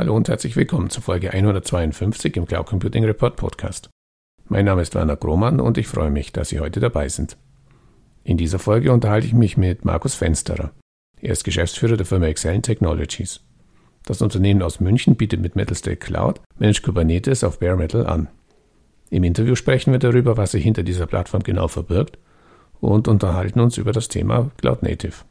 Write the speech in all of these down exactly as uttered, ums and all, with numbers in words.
Hallo und herzlich willkommen zu Folge hundertzweiundfünfzig im Cloud Computing Report Podcast. Mein Name ist Werner Grohmann und ich freue mich, dass Sie heute dabei sind. In dieser Folge unterhalte ich mich mit Markus Fensterer. Er ist Geschäftsführer der Firma Excelent Technologies. Das Unternehmen aus München bietet mit Metalstack Cloud Managed Kubernetes auf Bare Metal an. Im Interview sprechen wir darüber, was sich hinter dieser Plattform genau verbirgt und unterhalten uns über das Thema Cloud Native.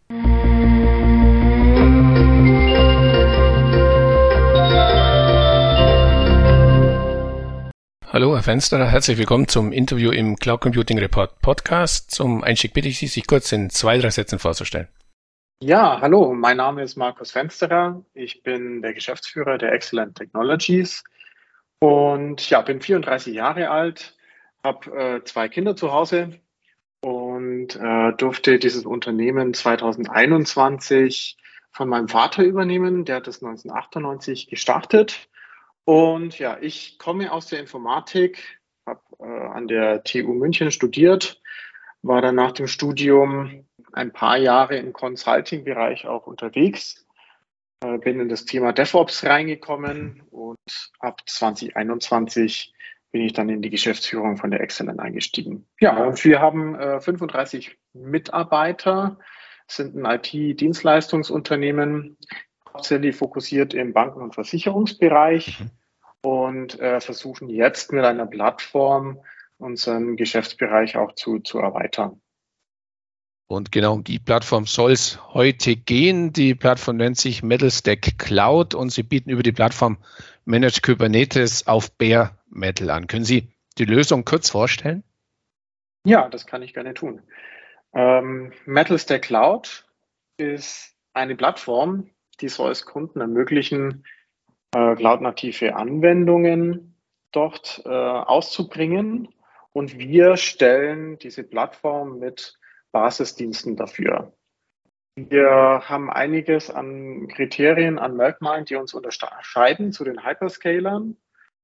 Hallo, Herr Fensterer, herzlich willkommen zum Interview im Cloud Computing Report Podcast. Zum Einstieg bitte ich Sie, sich kurz in zwei, drei Sätzen vorzustellen. Ja, hallo, mein Name ist Markus Fensterer. Ich bin der Geschäftsführer der Excelent Technologies und ja, bin vierunddreißig Jahre alt, habe äh, zwei Kinder zu Hause und äh, durfte dieses Unternehmen zweitausendeinundzwanzig von meinem Vater übernehmen. Der hat das neunzehnhundertachtundneunzig gestartet. Und ja, ich komme aus der Informatik, habe äh, an der T U München studiert, war dann nach dem Studium ein paar Jahre im Consulting-Bereich auch unterwegs, äh, bin in das Thema DevOps reingekommen und ab zwanzig einundzwanzig bin ich dann in die Geschäftsführung von der Excelent eingestiegen. Ja, und wir haben äh, fünfunddreißig Mitarbeiter, sind ein I T-Dienstleistungsunternehmen, hauptsächlich fokussiert im Banken- und Versicherungsbereich und äh, versuchen jetzt mit einer Plattform unseren Geschäftsbereich auch zu, zu erweitern. Und genau um die Plattform soll es heute gehen. Die Plattform nennt sich Metalstack Cloud und Sie bieten über die Plattform Managed Kubernetes auf Bare Metal an. Können Sie die Lösung kurz vorstellen? Ja, das kann ich gerne tun. Ähm, Metalstack Cloud ist eine Plattform, die soll es Kunden ermöglichen, äh, cloud-native Anwendungen dort äh, auszubringen. Und wir stellen diese Plattform mit Basisdiensten dafür. Wir haben einiges an Kriterien, an Merkmalen, die uns unterscheiden zu den Hyperscalern.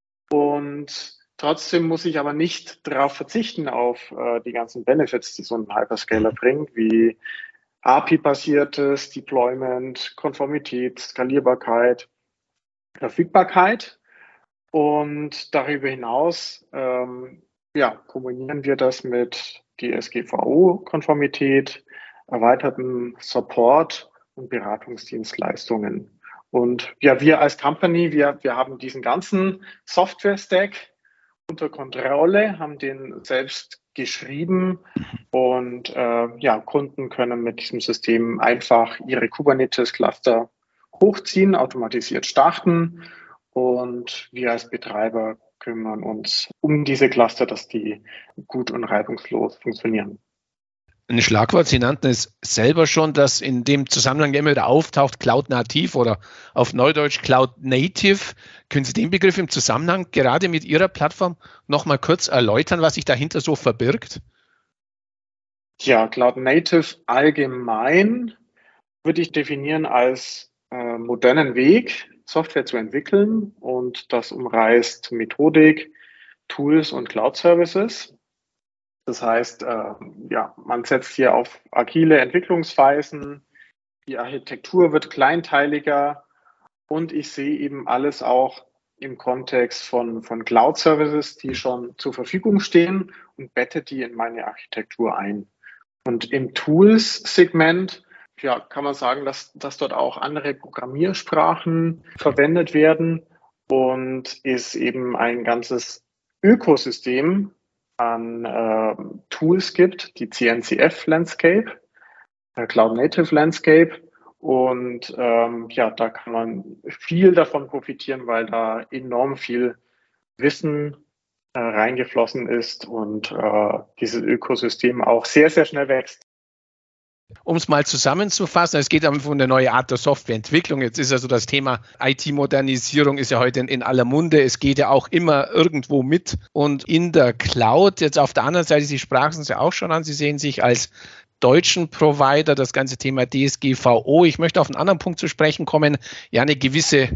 Und trotzdem muss ich aber nicht darauf verzichten, auf äh, die ganzen Benefits, die so ein Hyperscaler bringt, wie A P I-basiertes Deployment, Konformität, Skalierbarkeit, Verfügbarkeit. Und darüber hinaus ähm, ja, kombinieren wir das mit D S G V O-Konformität, erweiterten Support und Beratungsdienstleistungen. Und ja, wir als Company, wir, wir haben diesen ganzen Software-Stack unter Kontrolle, haben den selbst geschrieben und äh, ja, Kunden können mit diesem System einfach ihre Kubernetes-Cluster hochziehen, automatisiert starten und wir als Betreiber kümmern uns um diese Cluster, dass die gut und reibungslos funktionieren. Ein Schlagwort, Sie nannten es selber schon, dass in dem Zusammenhang immer wieder auftaucht, Cloud Nativ oder auf Neudeutsch Cloud Native. Können Sie den Begriff im Zusammenhang gerade mit Ihrer Plattform noch mal kurz erläutern, was sich dahinter so verbirgt? Ja, Cloud Native allgemein würde ich definieren als äh, modernen Weg, Software zu entwickeln, und das umreißt Methodik, Tools und Cloud Services. Das heißt, äh, ja, man setzt hier auf agile Entwicklungsweisen, die Architektur wird kleinteiliger und ich sehe eben alles auch im Kontext von, von Cloud Services, die schon zur Verfügung stehen, und bette die in meine Architektur ein. Und im Tools-Segment ja, kann man sagen, dass, dass dort auch andere Programmiersprachen verwendet werden und ist eben ein ganzes Ökosystem an äh, Tools gibt, die C N C F Landscape, äh, Cloud Native Landscape. Und ähm, ja, da kann man viel davon profitieren, weil da enorm viel Wissen äh, reingeflossen ist und äh, dieses Ökosystem auch sehr, sehr schnell wächst. Um es mal zusammenzufassen, es geht um eine neue Art der Softwareentwicklung. Jetzt ist also das Thema I T-Modernisierung ist ja heute in, in aller Munde. Es geht ja auch immer irgendwo mit. Und in der Cloud, jetzt auf der anderen Seite, Sie sprachen es ja auch schon an, Sie sehen sich als deutschen Provider, das ganze Thema D S G V O. Ich möchte auf einen anderen Punkt zu sprechen kommen. Ja, eine gewisse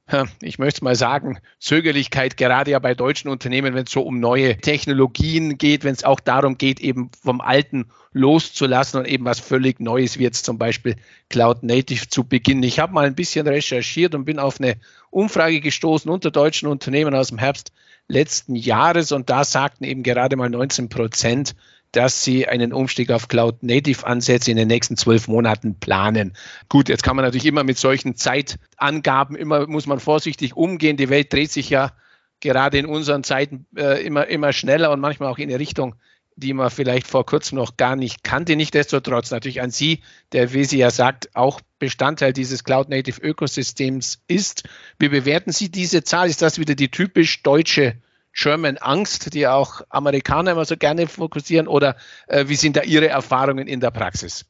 ich möchte es mal sagen, Zögerlichkeit, gerade ja bei deutschen Unternehmen, wenn es so um neue Technologien geht, wenn es auch darum geht, eben vom Alten loszulassen und eben was völlig Neues wie jetzt zum Beispiel Cloud Native zu beginnen. Ich habe mal ein bisschen recherchiert und bin auf eine Umfrage gestoßen unter deutschen Unternehmen aus dem Herbst letzten Jahres und da sagten eben gerade mal neunzehn Prozent, dass sie einen Umstieg auf Cloud-Native-Ansätze in den nächsten zwölf Monaten planen. Gut, jetzt kann man natürlich immer mit solchen Zeitangaben, immer muss man vorsichtig umgehen. Die Welt dreht sich ja gerade in unseren Zeiten äh, immer, immer schneller und manchmal auch in eine Richtung, die man vielleicht vor kurzem noch gar nicht kannte. Nichtsdestotrotz natürlich an Sie, der, wie Sie ja sagt, auch Bestandteil dieses Cloud-Native-Ökosystems ist. Wie bewerten Sie diese Zahl? Ist das wieder die typisch deutsche German Angst, die auch Amerikaner immer so gerne fokussieren, oder äh, wie sind da Ihre Erfahrungen in der Praxis?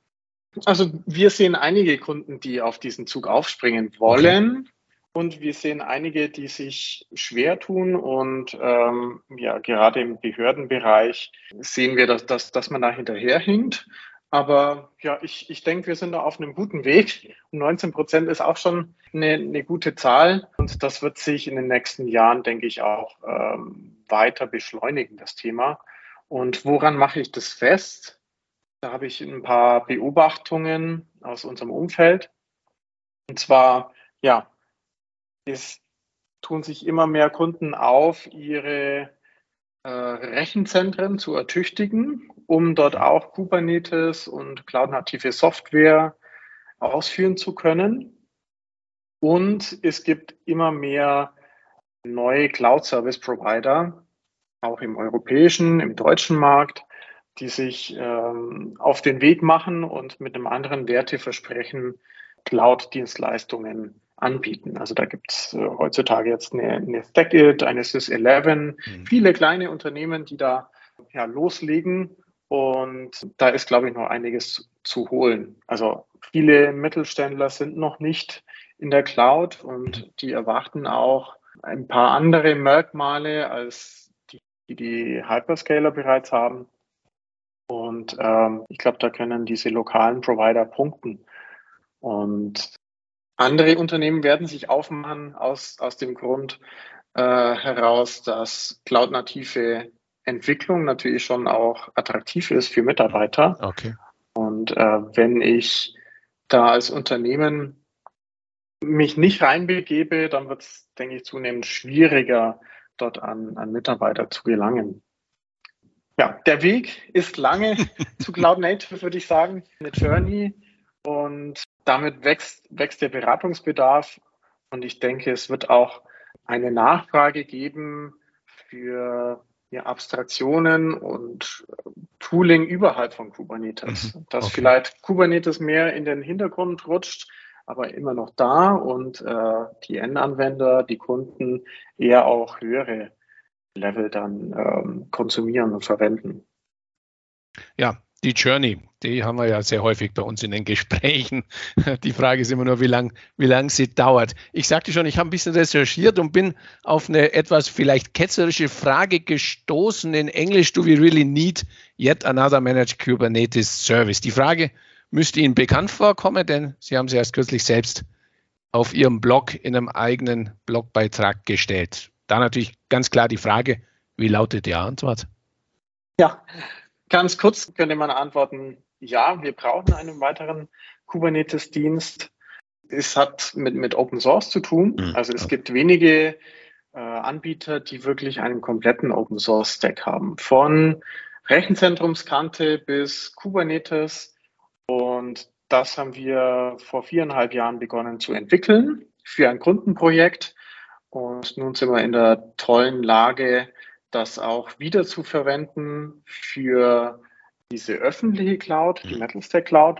Also wir sehen einige Kunden, die auf diesen Zug aufspringen wollen, okay. Und wir sehen einige, die sich schwer tun und ähm, ja, gerade im Behördenbereich sehen wir, dass, dass, dass man da hinterherhinkt. Aber ja, ich, ich denke, wir sind da auf einem guten Weg. Und neunzehn Prozent ist auch schon eine, eine gute Zahl. Und das wird sich in den nächsten Jahren, denke ich, auch ähm, weiter beschleunigen, das Thema. Und woran mache ich das fest? Da habe ich ein paar Beobachtungen aus unserem Umfeld. Und zwar, ja, es tun sich immer mehr Kunden auf, ihre äh, Rechenzentren zu ertüchtigen, um dort auch Kubernetes und cloud-native Software ausführen zu können. Und es gibt immer mehr neue Cloud-Service-Provider, auch im europäischen, im deutschen Markt, die sich ähm, auf den Weg machen und mit einem anderen Werteversprechen Cloud-Dienstleistungen anbieten. Also da gibt es äh, heutzutage jetzt eine, eine StackIt, eine Sys elf, mhm. viele kleine Unternehmen, die da ja, loslegen. Und da ist, glaube ich, noch einiges zu, zu holen. Also viele Mittelständler sind noch nicht in der Cloud und die erwarten auch ein paar andere Merkmale als die, die die Hyperscaler bereits haben. Und ähm, ich glaube, da können diese lokalen Provider punkten. Und andere Unternehmen werden sich aufmachen aus, aus dem Grund äh, heraus, dass cloud-native Entwicklung natürlich schon auch attraktiv ist für Mitarbeiter. Okay. Und äh, wenn ich da als Unternehmen mich nicht reinbegebe, dann wird es, denke ich, zunehmend schwieriger, dort an, an Mitarbeiter zu gelangen. Ja, der Weg ist lange zu Cloud Native, würde ich sagen, eine Journey. Und damit wächst, wächst der Beratungsbedarf. Und ich denke, es wird auch eine Nachfrage geben für ja, Abstraktionen und Tooling überhalb von Kubernetes. Mhm, dass okay. vielleicht Kubernetes mehr in den Hintergrund rutscht, aber immer noch da und äh, die Endanwender, die Kunden eher auch höhere Level dann ähm, konsumieren und verwenden. Ja, die Journey, die haben wir ja sehr häufig bei uns in den Gesprächen. Die Frage ist immer nur, wie lang, wie lang sie dauert. Ich sagte schon, ich habe ein bisschen recherchiert und bin auf eine etwas vielleicht ketzerische Frage gestoßen in Englisch. Do we really need yet another managed Kubernetes service? Die Frage müsste Ihnen bekannt vorkommen, denn Sie haben sie erst kürzlich selbst auf Ihrem Blog in einem eigenen Blogbeitrag gestellt. Da natürlich ganz klar die Frage, wie lautet die Antwort? Ja, ganz kurz könnte man antworten, ja, wir brauchen einen weiteren Kubernetes-Dienst. Es hat mit, mit Open Source zu tun. Also es gibt wenige äh, Anbieter, die wirklich einen kompletten Open Source Stack haben. Von Rechenzentrumskante bis Kubernetes. Und das haben wir vor viereinhalb Jahren begonnen zu entwickeln für ein Kundenprojekt. Und nun sind wir in der tollen Lage, das auch wieder zu verwenden für diese öffentliche Cloud, die Metalstack Cloud.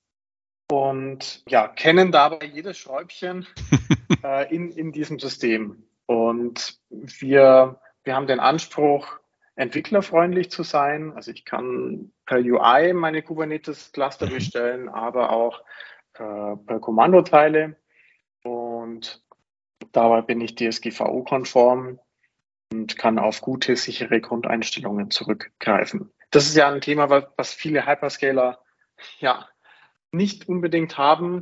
Und ja, kennen dabei jedes Schräubchen äh, in, in diesem System. Und wir, wir haben den Anspruch, entwicklerfreundlich zu sein. Also ich kann per U I meine Kubernetes-Cluster bestellen, aber auch per, per Kommandozeile. Und dabei bin ich D S G V O-konform und kann auf gute, sichere Grundeinstellungen zurückgreifen. Das ist ja ein Thema, was viele Hyperscaler ja nicht unbedingt haben.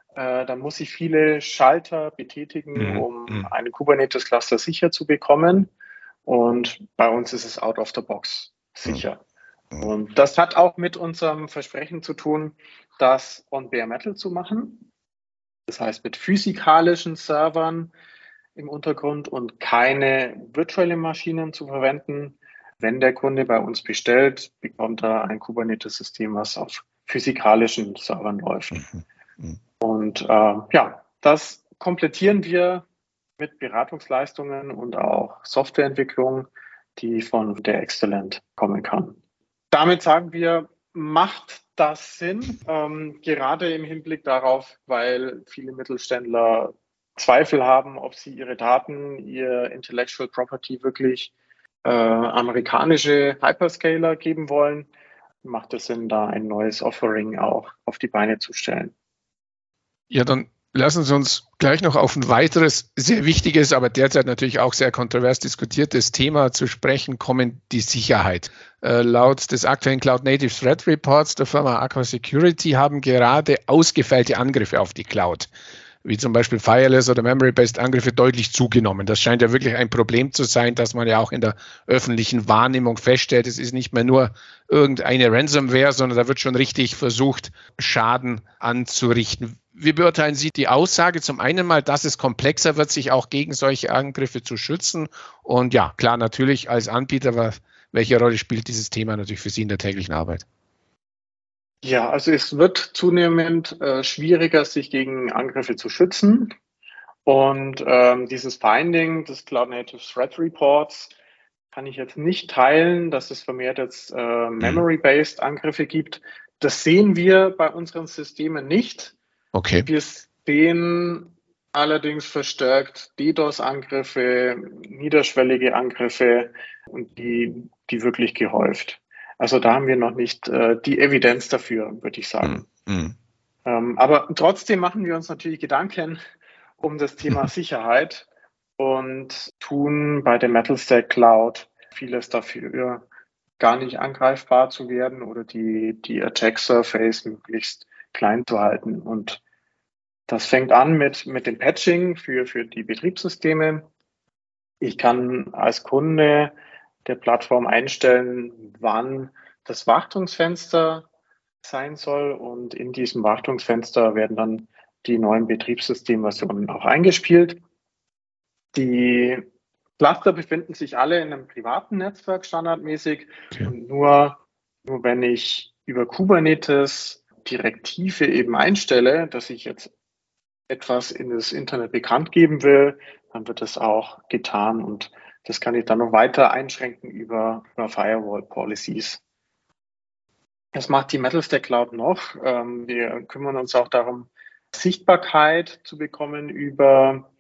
Äh, da muss ich viele Schalter betätigen, Mhm. um Mhm. einen Kubernetes-Cluster sicher zu bekommen. Und bei uns ist es out of the box sicher. Mhm. Und das hat auch mit unserem Versprechen zu tun, das on bare metal zu machen. Das heißt, mit physikalischen Servern im Untergrund und keine virtuellen Maschinen zu verwenden. Wenn der Kunde bei uns bestellt, bekommt er ein Kubernetes-System, was auf physikalischen Servern läuft. Mhm. Mhm. Und äh, ja, das komplettieren wir mit Beratungsleistungen und auch Softwareentwicklung, die von der Excellent kommen kann. Damit sagen wir, macht das Sinn, ähm, gerade im Hinblick darauf, weil viele Mittelständler Zweifel haben, ob sie ihre Daten, ihr Intellectual Property wirklich äh, amerikanische Hyperscaler geben wollen, macht es Sinn, da ein neues Offering auch auf die Beine zu stellen. Ja, dann lassen Sie uns gleich noch auf ein weiteres sehr wichtiges, aber derzeit natürlich auch sehr kontrovers diskutiertes Thema zu sprechen kommen, die Sicherheit. Äh, laut des aktuellen Cloud Native Threat Reports der Firma Aqua Security haben gerade ausgefeilte Angriffe auf die Cloud, wie zum Beispiel Fireless oder Memory-Based Angriffe, deutlich zugenommen. Das scheint ja wirklich ein Problem zu sein, dass man ja auch in der öffentlichen Wahrnehmung feststellt, es ist nicht mehr nur irgendeine Ransomware, sondern da wird schon richtig versucht, Schaden anzurichten. Wie beurteilen Sie die Aussage? Zum einen mal, dass es komplexer wird, sich auch gegen solche Angriffe zu schützen. Und ja, klar, natürlich als Anbieter, aber welche Rolle spielt dieses Thema natürlich für Sie in der täglichen Arbeit? Ja, also es wird zunehmend äh, schwieriger, sich gegen Angriffe zu schützen. Und ähm, dieses Finding des Cloud Native Threat Reports kann ich jetzt nicht teilen, dass es vermehrt jetzt äh, Memory-Based Angriffe gibt. Das sehen wir bei unseren Systemen nicht. Okay. Wir sehen allerdings verstärkt DDoS-Angriffe, niederschwellige Angriffe und die, die wirklich gehäuft. Also da haben wir noch nicht äh, die Evidenz dafür, würde ich sagen. Mm. Ähm, aber trotzdem machen wir uns natürlich Gedanken um das Thema Sicherheit und tun bei der MetalStack Cloud vieles dafür, gar nicht angreifbar zu werden oder die, die Attack Surface möglichst klein zu halten. Und das fängt an mit, mit dem Patching für, für die Betriebssysteme. Ich kann als Kunde der Plattform einstellen, wann das Wartungsfenster sein soll. Und in diesem Wartungsfenster werden dann die neuen Betriebssystemversionen auch eingespielt. Die Cluster befinden sich alle in einem privaten Netzwerk standardmäßig. Okay. Und nur, nur wenn ich über Kubernetes Direktive eben einstelle, dass ich jetzt etwas in das Internet bekannt geben will, dann wird das auch getan und das kann ich dann noch weiter einschränken über, über Firewall Policies. Das macht die MetalStack Cloud noch. Ähm, wir kümmern uns auch darum, Sichtbarkeit zu bekommen über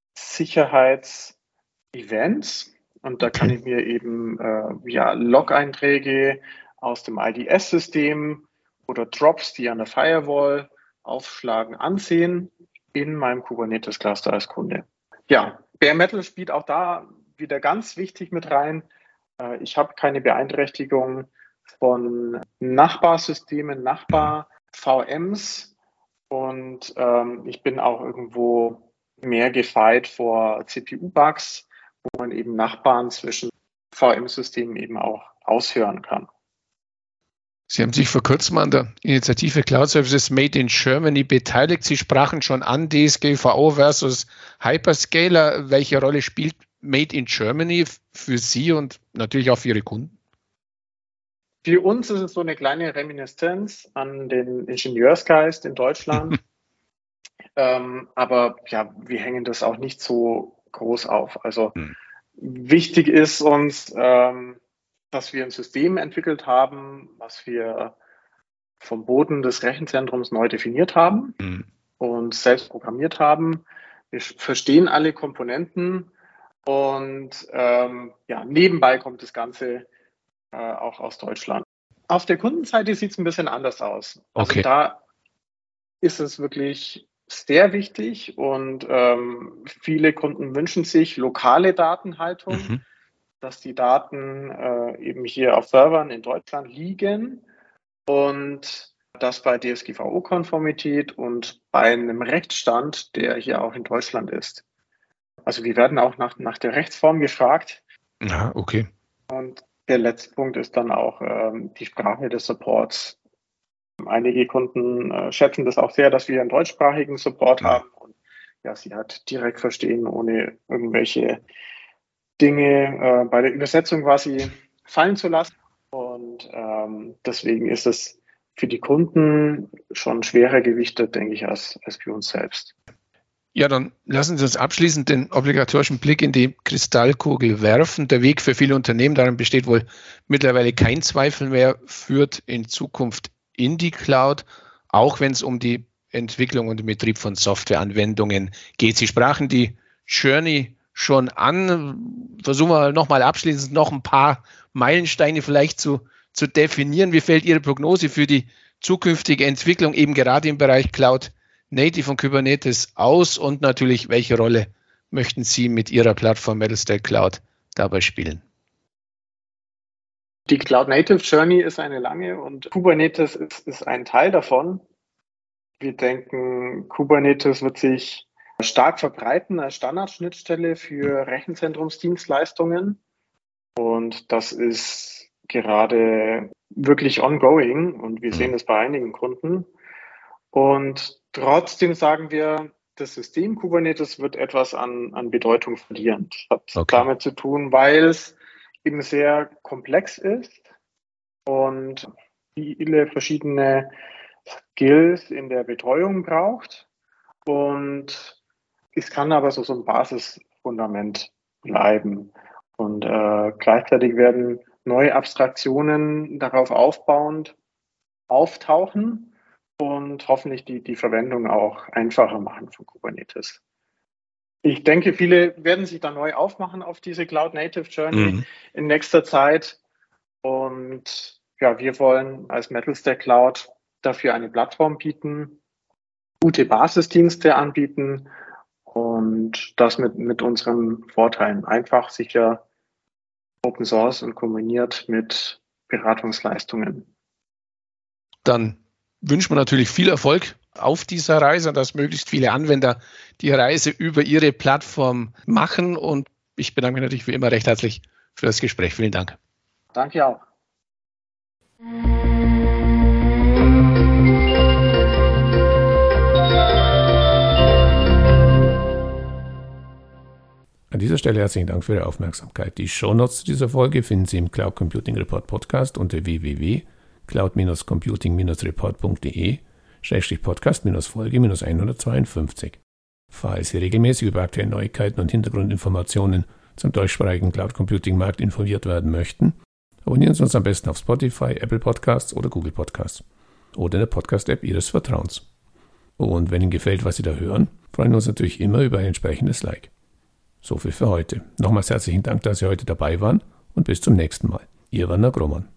Sicherheitsevents. Und da kann ich mir eben äh, ja, Log-Einträge aus dem I D S-System oder Drops, die an der Firewall aufschlagen, ansehen in meinem Kubernetes-Cluster als Kunde. Ja, Bare Metal spielt auch da wieder ganz wichtig mit rein. Äh, ich habe keine Beeinträchtigung von Nachbarsystemen, Nachbar-V Ms und ähm, ich bin auch irgendwo mehr gefeit vor C P U-Bugs, wo man eben Nachbarn zwischen V M-Systemen eben auch aushören kann. Sie haben sich vor kurzem an der Initiative Cloud Services Made in Germany beteiligt. Sie sprachen schon an D S G V O versus Hyperscaler. Welche Rolle spielt Made in Germany für Sie und natürlich auch für Ihre Kunden? Für uns ist es so eine kleine Reminiszenz an den Ingenieursgeist in Deutschland. ähm, aber ja, wir hängen das auch nicht so groß auf. Also hm. wichtig ist uns, ähm, dass wir ein System entwickelt haben, was wir vom Boden des Rechenzentrums neu definiert haben hm. und selbst programmiert haben. Wir verstehen alle Komponenten und ähm, ja, nebenbei kommt das Ganze äh, auch aus Deutschland. Auf der Kundenseite sieht es ein bisschen anders aus. Also okay. Da ist es wirklich sehr wichtig und ähm, viele Kunden wünschen sich lokale Datenhaltung, mhm. dass die Daten äh, eben hier auf Servern in Deutschland liegen und Das bei D S G V O-Konformität und bei einem Rechtsstand, der hier auch in Deutschland ist. Also wir werden auch nach, nach der Rechtsform gefragt. Ja, okay. Und der letzte Punkt ist dann auch ähm, die Sprache des Supports. Einige Kunden äh, schätzen das auch sehr, dass wir einen deutschsprachigen Support Ja. haben und ja, sie halt direkt verstehen, ohne irgendwelche Dinge äh, bei der Übersetzung quasi fallen zu lassen. Und ähm, deswegen ist es für die Kunden schon schwerer gewichtet, denke ich, als, als für uns selbst. Ja, dann lassen Sie uns abschließend den obligatorischen Blick in die Kristallkugel werfen. Der Weg für viele Unternehmen, darin besteht wohl mittlerweile kein Zweifel mehr, führt in Zukunft in die Cloud, auch wenn es um die Entwicklung und den Betrieb von Softwareanwendungen geht. Sie sprachen die Journey schon an. Versuchen wir nochmal abschließend noch ein paar Meilensteine vielleicht zu, zu definieren. Wie fällt Ihre Prognose für die zukünftige Entwicklung eben gerade im Bereich Cloud Native und Kubernetes aus und natürlich, welche Rolle möchten Sie mit Ihrer Plattform Metalstack Cloud dabei spielen? Die Cloud Native Journey ist eine lange und Kubernetes ist, ist ein Teil davon. Wir denken, Kubernetes wird sich stark verbreiten als Standardschnittstelle für Rechenzentrumsdienstleistungen. Und das ist gerade wirklich ongoing und wir sehen das bei einigen Kunden. Und trotzdem sagen wir, das System Kubernetes wird etwas an, an Bedeutung verlieren. Das hat Okay. damit zu tun, weil es eben sehr komplex ist und viele verschiedene Skills in der Betreuung braucht. Und es kann aber so, so ein Basisfundament bleiben. Und äh, gleichzeitig werden neue Abstraktionen darauf aufbauend auftauchen und hoffentlich die, die Verwendung auch einfacher machen von Kubernetes. Ich denke, viele werden sich da neu aufmachen auf diese Cloud Native Journey mhm. in nächster Zeit. Und ja, wir wollen als Metalstack Cloud dafür eine Plattform bieten, gute Basisdienste anbieten und das mit, mit unseren Vorteilen. Einfach, sicher, Open Source und kombiniert mit Beratungsleistungen. Dann wünschen wir natürlich viel Erfolg auf dieser Reise und dass möglichst viele Anwender die Reise über Ihre Plattform machen. Und ich bedanke mich natürlich wie immer recht herzlich für das Gespräch. Vielen Dank. Danke auch. An dieser Stelle herzlichen Dank für Ihre Aufmerksamkeit. Die Shownotes zu dieser Folge finden Sie im Cloud Computing Report Podcast unter w w w punkt cloud computing report punkt d e Schrägstrich Podcast Folge hundertzweiundfünfzig. Falls Sie regelmäßig über aktuelle Neuigkeiten und Hintergrundinformationen zum deutschsprachigen Cloud Computing Markt informiert werden möchten, abonnieren Sie uns am besten auf Spotify, Apple Podcasts oder Google Podcasts oder in der Podcast-App Ihres Vertrauens. Und wenn Ihnen gefällt, was Sie da hören, freuen wir uns natürlich immer über ein entsprechendes Like. So viel für heute. Nochmals herzlichen Dank, dass Sie heute dabei waren und bis zum nächsten Mal. Ihr Werner Grohmann.